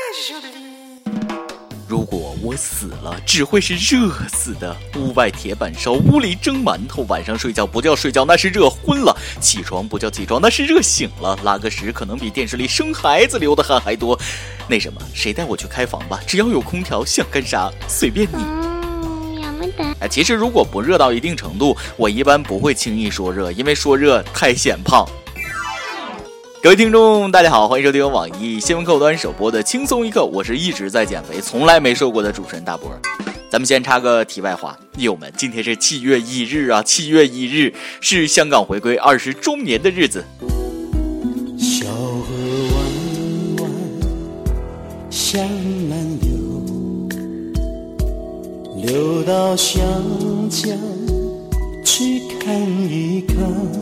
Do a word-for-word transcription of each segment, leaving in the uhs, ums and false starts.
如果我死了，只会是热死的。屋外铁板烧，屋里蒸馒头。晚上睡觉不叫睡觉，那是热昏了；起床不叫起床，那是热醒了。拉个屎可能比电视里生孩子流的汗还多。那什么，谁带我去开房吧？只要有空调，想干啥随便你。哎，其实如果不热到一定程度，我一般不会轻易说热，因为说热太显胖。各位听众大家好，欢迎收听网易新闻客户端首播的轻松一刻，我是一直在减肥从来没瘦过的主持人大波。咱们先插个题外话，友们，今天是七月一日啊，七月一日是香港回归二十周年的日子。 小河弯弯向南流，流到湘江去看一看，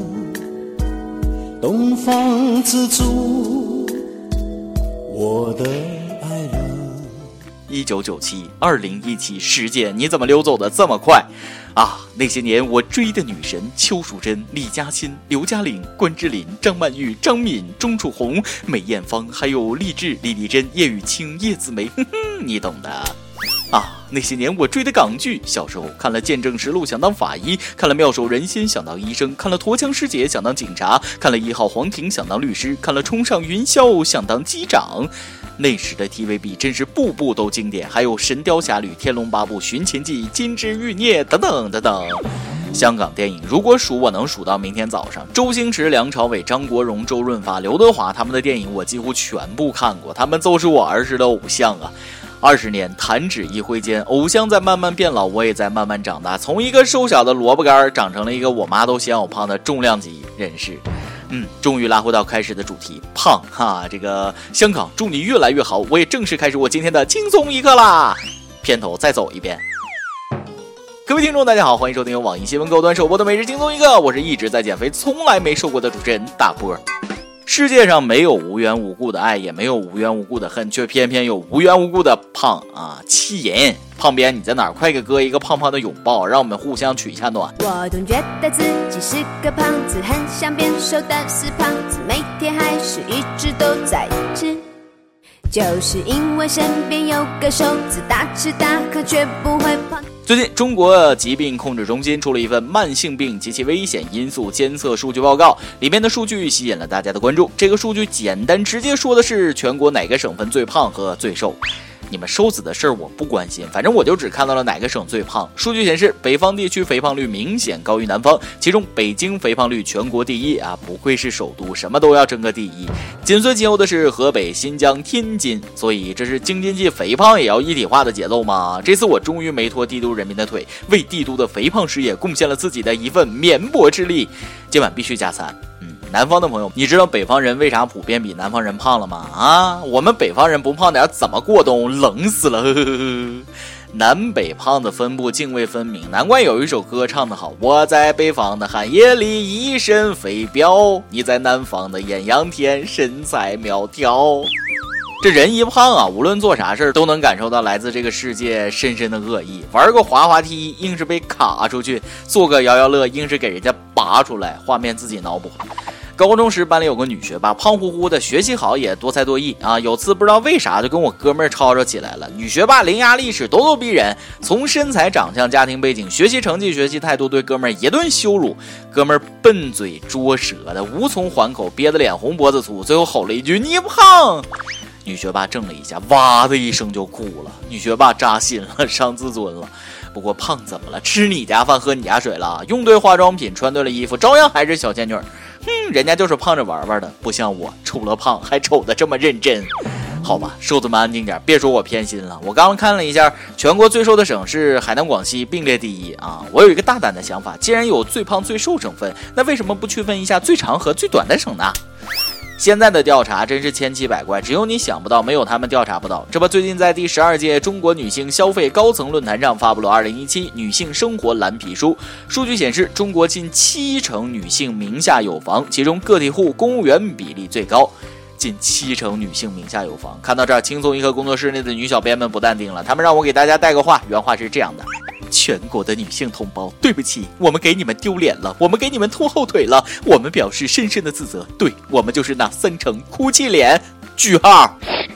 东方之珠，我的爱人。 一九九七、二零一七，时间你怎么溜走的这么快啊？那些年我追的女神邱淑贞、李嘉欣、刘嘉玲、关之琳、张曼玉、张敏、钟楚红、梅艳芳，还有励志、李丽珍、叶雨卿、叶子梅，哼哼，你懂的。啊，那些年我追的港剧，小时候看了《见证实录》想当法医，看了《妙手仁心》想当医生，看了《驼枪师姐》想当警察，看了《一号皇庭》想当律师，看了《冲上云霄》想当机长。那时的 T V B 真是步步都经典，还有《神雕侠侣》《天龙八部》《寻秦记》《金枝玉孽》等等等等。香港电影如果数我能数到明天早上。周星驰、梁朝伟、张国荣、周润发、刘德华他们的电影我几乎全部看过，他们都是我儿时的偶像啊。二十年弹指一挥间，偶像在慢慢变老，我也在慢慢长大，从一个瘦小的萝卜干长成了一个我妈都嫌我胖的重量级人士。嗯，终于拉回到开始的主题，胖哈！这个香港，祝你越来越好。我也正式开始我今天的轻松一刻啦。片头再走一遍。各位听众大家好，欢迎收听由网易新闻客户端首播的每日轻松一刻，我是一直在减肥从来没瘦过的主持人大波。世界上没有无缘无故的爱，也没有无缘无故的恨，却偏偏有无缘无故的胖啊！气人！胖边你在哪儿？快给哥一个胖胖的拥抱，让我们互相取一下暖。 我总觉得自己是个胖子，很想变瘦，但是胖子每天还是一直都在吃，就是因为身边有个瘦子，大吃大喝却不会胖。 最近，中国疾病控制中心出了一份慢性病及其危险因素监测数据报告，里面的数据吸引了大家的关注。这个数据简单直接说的是全国哪个省份最胖和最瘦。你们瘦子的事儿我不关心，反正我就只看到了哪个省最胖。数据显示，北方地区肥胖率明显高于南方，其中北京肥胖率全国第一啊，不愧是首都，什么都要争个第一。紧随其后的是河北、新疆、天津，所以这是京津冀肥胖也要一体化的节奏吗？这次我终于没拖帝都人民的腿，为帝都的肥胖事业贡献了自己的一份绵薄之力。今晚必须加餐。南方的朋友，你知道北方人为啥普遍比南方人胖了吗？啊，我们北方人不胖点怎么过冬？冷死了！呵呵呵。南北胖的分布泾渭分明，难怪有一首歌唱得好：我在北方的寒夜里一身肥膘，你在南方的艳阳天身材苗条。这人一胖啊，无论做啥事都能感受到来自这个世界深深的恶意。玩个滑滑梯硬是被卡出去，做个摇摇乐硬是给人家拔出来，画面自己脑补。高中时班里有个女学霸，胖乎乎的，学习好也多才多艺啊。有次不知道为啥就跟我哥们儿吵吵起来了。女学霸伶牙俐齿，咄咄逼人，从身材、长相、家庭背景、学习成绩、学习态度对哥们儿一顿羞辱。哥们儿笨嘴拙舌的，无从还口，憋得脸红脖子粗，最后吼了一句：“你胖！”女学霸怔了一下，哇的一声就哭了。女学霸扎心了，伤自尊了。不过胖怎么了？吃你家饭喝你家水了，用对化妆品穿对了衣服，照样还是小仙女。哼，人家就是胖着玩玩的，不像我，除了胖还丑得这么认真。好吧，瘦子们安静点，别说我偏心了。我刚刚看了一下，全国最瘦的省是海南、广西并列第一啊。我有一个大胆的想法，既然有最胖最瘦省份，那为什么不区分一下最长和最短的省呢？现在的调查真是千奇百怪，只有你想不到，没有他们调查不到。这不，最近在第十二届中国女性消费高层论坛上发布了二零一七女性生活蓝皮书。数据显示，中国近七成女性名下有房，其中个体户、公务员比例最高。近七成女性名下有房。看到这儿，轻松一刻工作室内的女小编们不淡定了，他们让我给大家带个话，原话是这样的：全国的女性同胞，对不起，我们给你们丢脸了，我们给你们拖后腿了，我们表示深深的自责，对，我们就是那三成哭泣脸句号。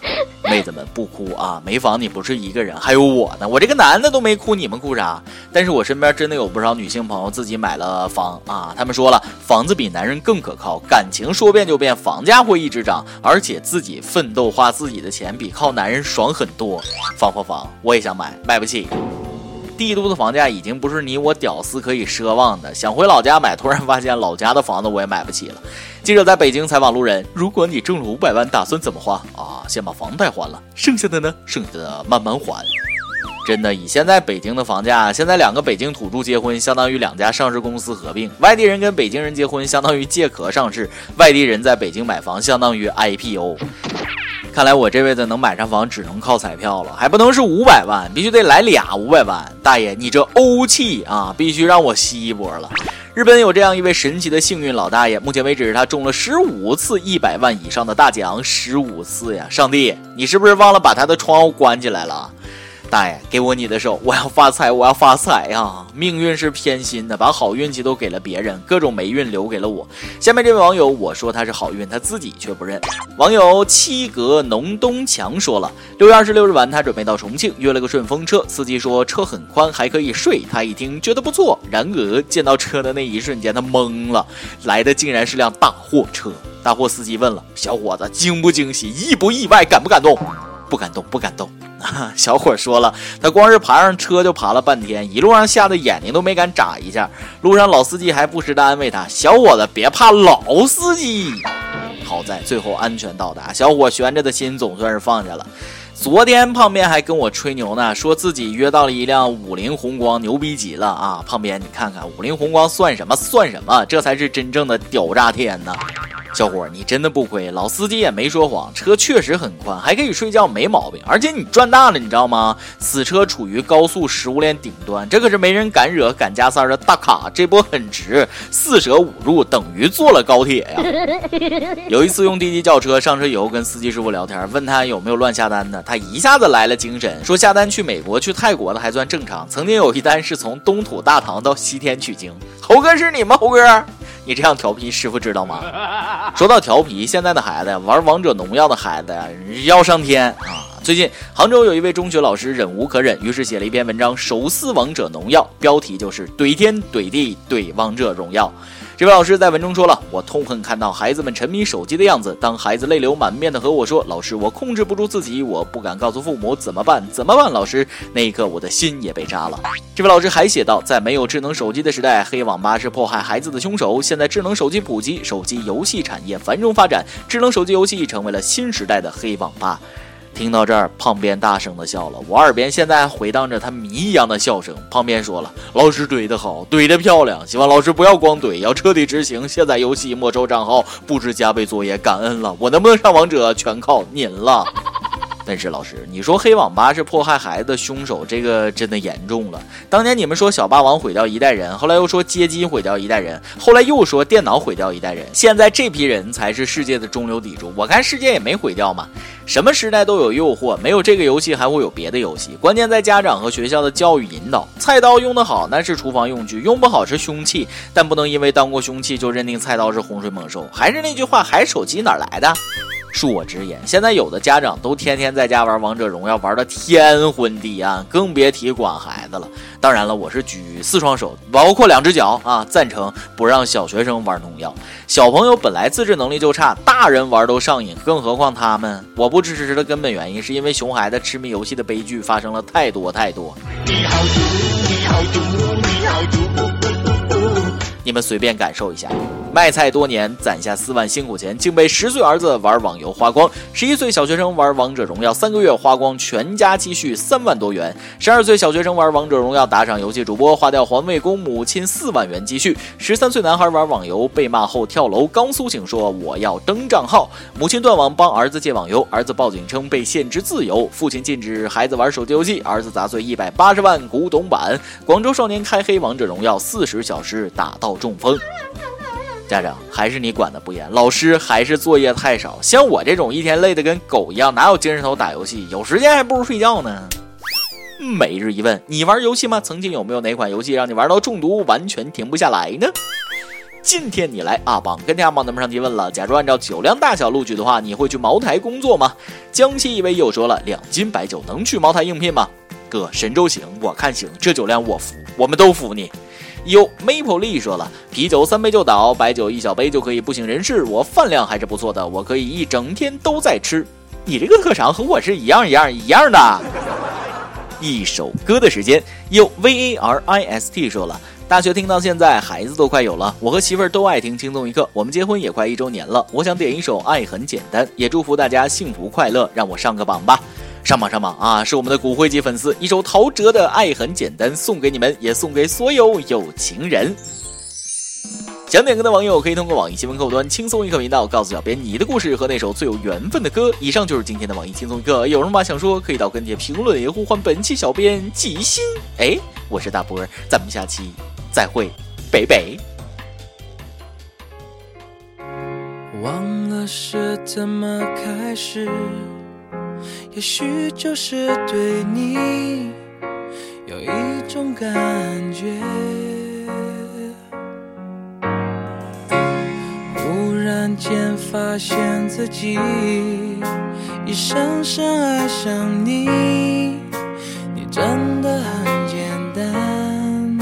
妹子们不哭啊，没房你不是一个人，还有我呢，我这个男的都没哭，你们哭啥？但是我身边真的有不少女性朋友自己买了房啊，他们说了，房子比男人更可靠，感情说变就变，房价会一直涨，而且自己奋斗花自己的钱比靠男人爽很多。房房房，我也想买，买不起。帝都的房价已经不是你我屌丝可以奢望的，想回老家买，突然发现老家的房子我也买不起了。记者在北京采访路人，如果你挣了五百万，打算怎么花啊？先把房贷还了，剩下的呢？剩下的慢慢还。真的，以现在北京的房价，现在两个北京土著结婚相当于两家上市公司合并，外地人跟北京人结婚相当于借壳上市，外地人在北京买房相当于 I P O。看来我这辈子能买上房只能靠彩票了，还不能是五百万，必须得来俩五百万。大爷，你这欧气啊，必须让我吸一波了。日本有这样一位神奇的幸运老大爷，目前为止他中了十五次一百万以上的大奖，十五次呀！上帝，你是不是忘了把他的窗户关起来了？大爷，给我你的手，我要发财，我要发财啊！命运是偏心的，把好运气都给了别人，各种霉运留给了我。下面这位网友，我说他是好运，他自己却不认。网友七格农东强说了，六月二十六日晚，他准备到重庆，约了个顺风车，司机说车很宽，还可以睡。他一听觉得不错，然而见到车的那一瞬间，他懵了，来的竟然是辆大货车。大货司机问了，小伙子惊不惊喜，意不意外，感不感动？不敢动，不敢动。小伙说了，他光是爬上车就爬了半天，一路上吓得眼睛都没敢眨一下。路上老司机还不时的安慰他，小伙子别怕，老司机。好在最后安全到达，小伙悬着的心总算是放下了。昨天胖边还跟我吹牛呢，说自己约到了一辆五菱宏光，牛逼极了啊！胖边，你看看五菱宏光算什么算什么，这才是真正的屌炸天呢！小伙，你真的不亏，老司机也没说谎，车确实很宽，还可以睡觉，没毛病。而且你赚大了，你知道吗？此车处于高速食物链顶端，这可是没人敢惹敢加塞的大卡，这波很值，四舍五入等于坐了高铁呀。有一次用滴滴叫车，上车以后跟司机师傅聊天，问他有没有乱下单的，他一下子来了精神，说下单去美国去泰国的还算正常，曾经有一单是从东土大唐到西天取经。猴哥是你吗？猴哥，你这样调皮，师傅知道吗？说到调皮，现在的孩子玩王者荣耀的孩子呀，要上天啊！最近杭州有一位中学老师忍无可忍，于是写了一篇文章，手撕王者荣耀，标题就是怼天怼地怼王者荣耀。这位老师在文中说了，我痛恨看到孩子们沉迷手机的样子，当孩子泪流满面的和我说，老师我控制不住自己，我不敢告诉父母，怎么办怎么办？老师，那一刻我的心也被扎了。这位老师还写道，在没有智能手机的时代，黑网吧是迫害孩子的凶手，现在智能手机普及，手机游戏产业繁荣发展，智能手机游戏成为了新时代的黑网吧。听到这儿，胖边大声的笑了，我耳边现在回荡着他谜一样的笑声。胖边说了，老师怼得好，怼得漂亮，希望老师不要光怼，要彻底执行，卸载游戏，没收账号，布置加倍作业，感恩了，我能不能上王者全靠您了。但是老师，你说黑网吧是迫害孩子的凶手，这个真的严重了。当年你们说小霸王毁掉一代人，后来又说街机毁掉一代人，后来又说电脑毁掉一代人，现在这批人才是世界的中流砥柱。我看世界也没毁掉嘛。什么时代都有诱惑，没有这个游戏还会有别的游戏，关键在家长和学校的教育引导。菜刀用得好那是厨房用具，用不好是凶器，但不能因为当过凶器就认定菜刀是洪水猛兽。还是那句话，还手机哪来的？恕我直言，现在有的家长都天天在家玩王者荣耀，玩的天昏地暗，更别提管孩子了。当然了，我是举四双手，包括两只脚啊，赞成不让小学生玩农药。小朋友本来自制能力就差，大人玩都上瘾，更何况他们。我不支持的根本原因是因为熊孩子痴迷游戏的悲剧发生了太多太多。你好毒，你好毒，你好毒。你们随便感受一下，卖菜多年攒下四万辛苦钱，竟被十岁儿子玩网游花光；十一岁小学生玩王者荣耀三个月花光全家积蓄三万多元；十二岁小学生玩王者荣耀打赏游戏主播花掉环卫工母亲四万元积蓄；十三岁男孩玩网游被骂后跳楼，刚苏醒说我要登账号，母亲断网帮儿子戒网游，儿子报警称被限制自由，父亲禁止孩子玩手机游戏，儿子砸碎一百八十万古董版。广州少年开黑王者荣耀四十小时打到中风。家长还是你管的不严，老师还是作业太少，像我这种一天累得跟狗一样，哪有精神头打游戏，有时间还不如睡觉呢。每日一问，你玩游戏吗？曾经有没有哪款游戏让你玩到中毒完全停不下来呢？ 今天你来阿榜跟天阿榜咱们上提问了，假如按照酒量大小录取的话，你会去茅台工作吗？江西一位又说了，两斤白酒能去茅台应聘吗？哥，神州行，我看行，这酒量我服，我们都服你。有 Maple 丽说了，啤酒三杯就倒，白酒一小杯就可以不省人事，我饭量还是不错的，我可以一整天都在吃。你这个特长和我是一样一样一样的。一首歌的时间，有 V A R I S T 说了，大学听到现在，孩子都快有了，我和媳妇儿都爱听轻松一刻，我们结婚也快一周年了，我想点一首《爱很简单》，也祝福大家幸福快乐，让我上个榜吧。上榜上榜啊！是我们的骨灰级粉丝，一首陶喆的《爱很简单》送给你们，也送给所有有情人。想点歌的网友可以通过网易新闻客户端轻松一刻频道告诉小编你的故事和那首最有缘分的歌。以上就是今天的网易轻松一刻，有什么话想说可以到跟帖评论也呼唤本期小编吉心。哎，我是大波儿，咱们下期再会，北北。 忘了是怎么开始，也许就是对你有一种感觉，忽然间发现自己已深深爱上你，你真的很简单，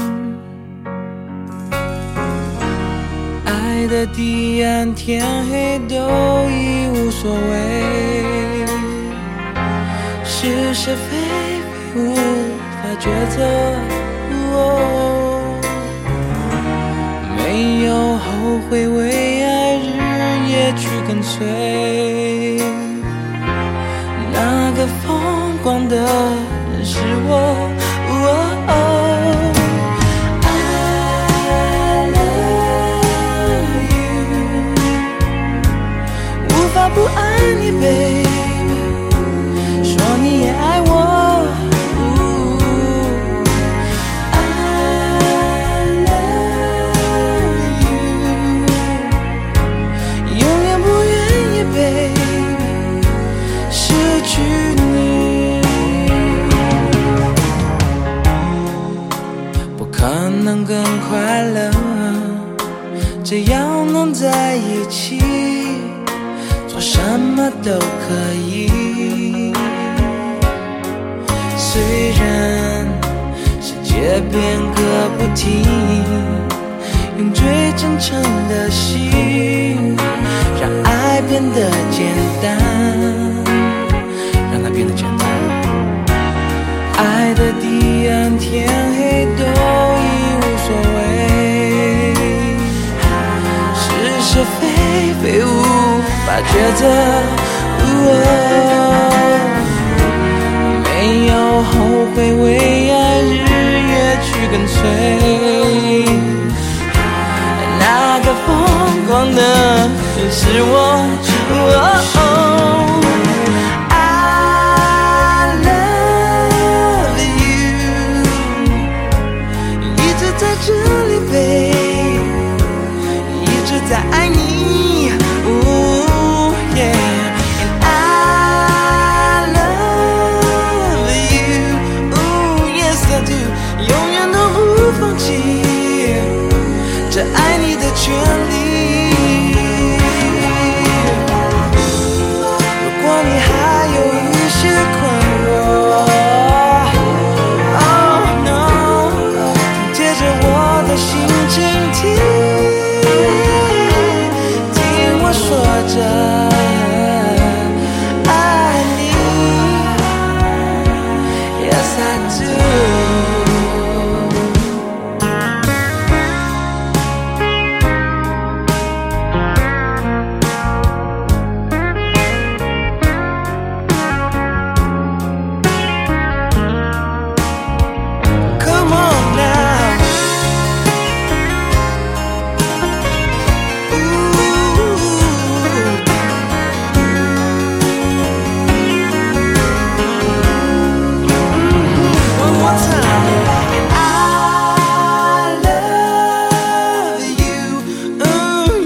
爱的地暗天黑都已无所谓，是是非非无法抉择，哦，没有后悔，为爱日夜去跟随，那个疯狂的人是我，哦不爱你 baby， 说你也爱我，哦， I love you， 永远不愿意 baby 失去你，不可能更快乐，只要能在一起，什么都可以，虽然世界变个不停，用最真诚的心让爱变得简单，让它变得简单，爱的地暗天黑都已无所谓，是是非非无把抉择，哦，没有后悔，为爱日夜去跟随，那个疯狂的是我，哦， I love you， 一直在这里 babe， 一直在爱你，哦And I love you， oh yes I do， 永远都不放弃这爱你的权利。如果你还有一些困惑 ，Oh no， 紧接着我的心倾听，听我说着。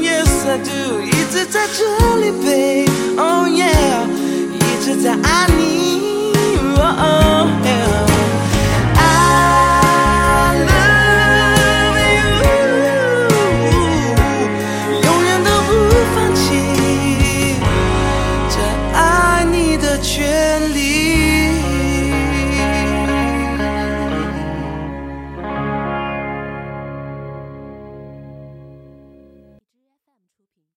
在这里 babe， oh yeah， 一直在爱你。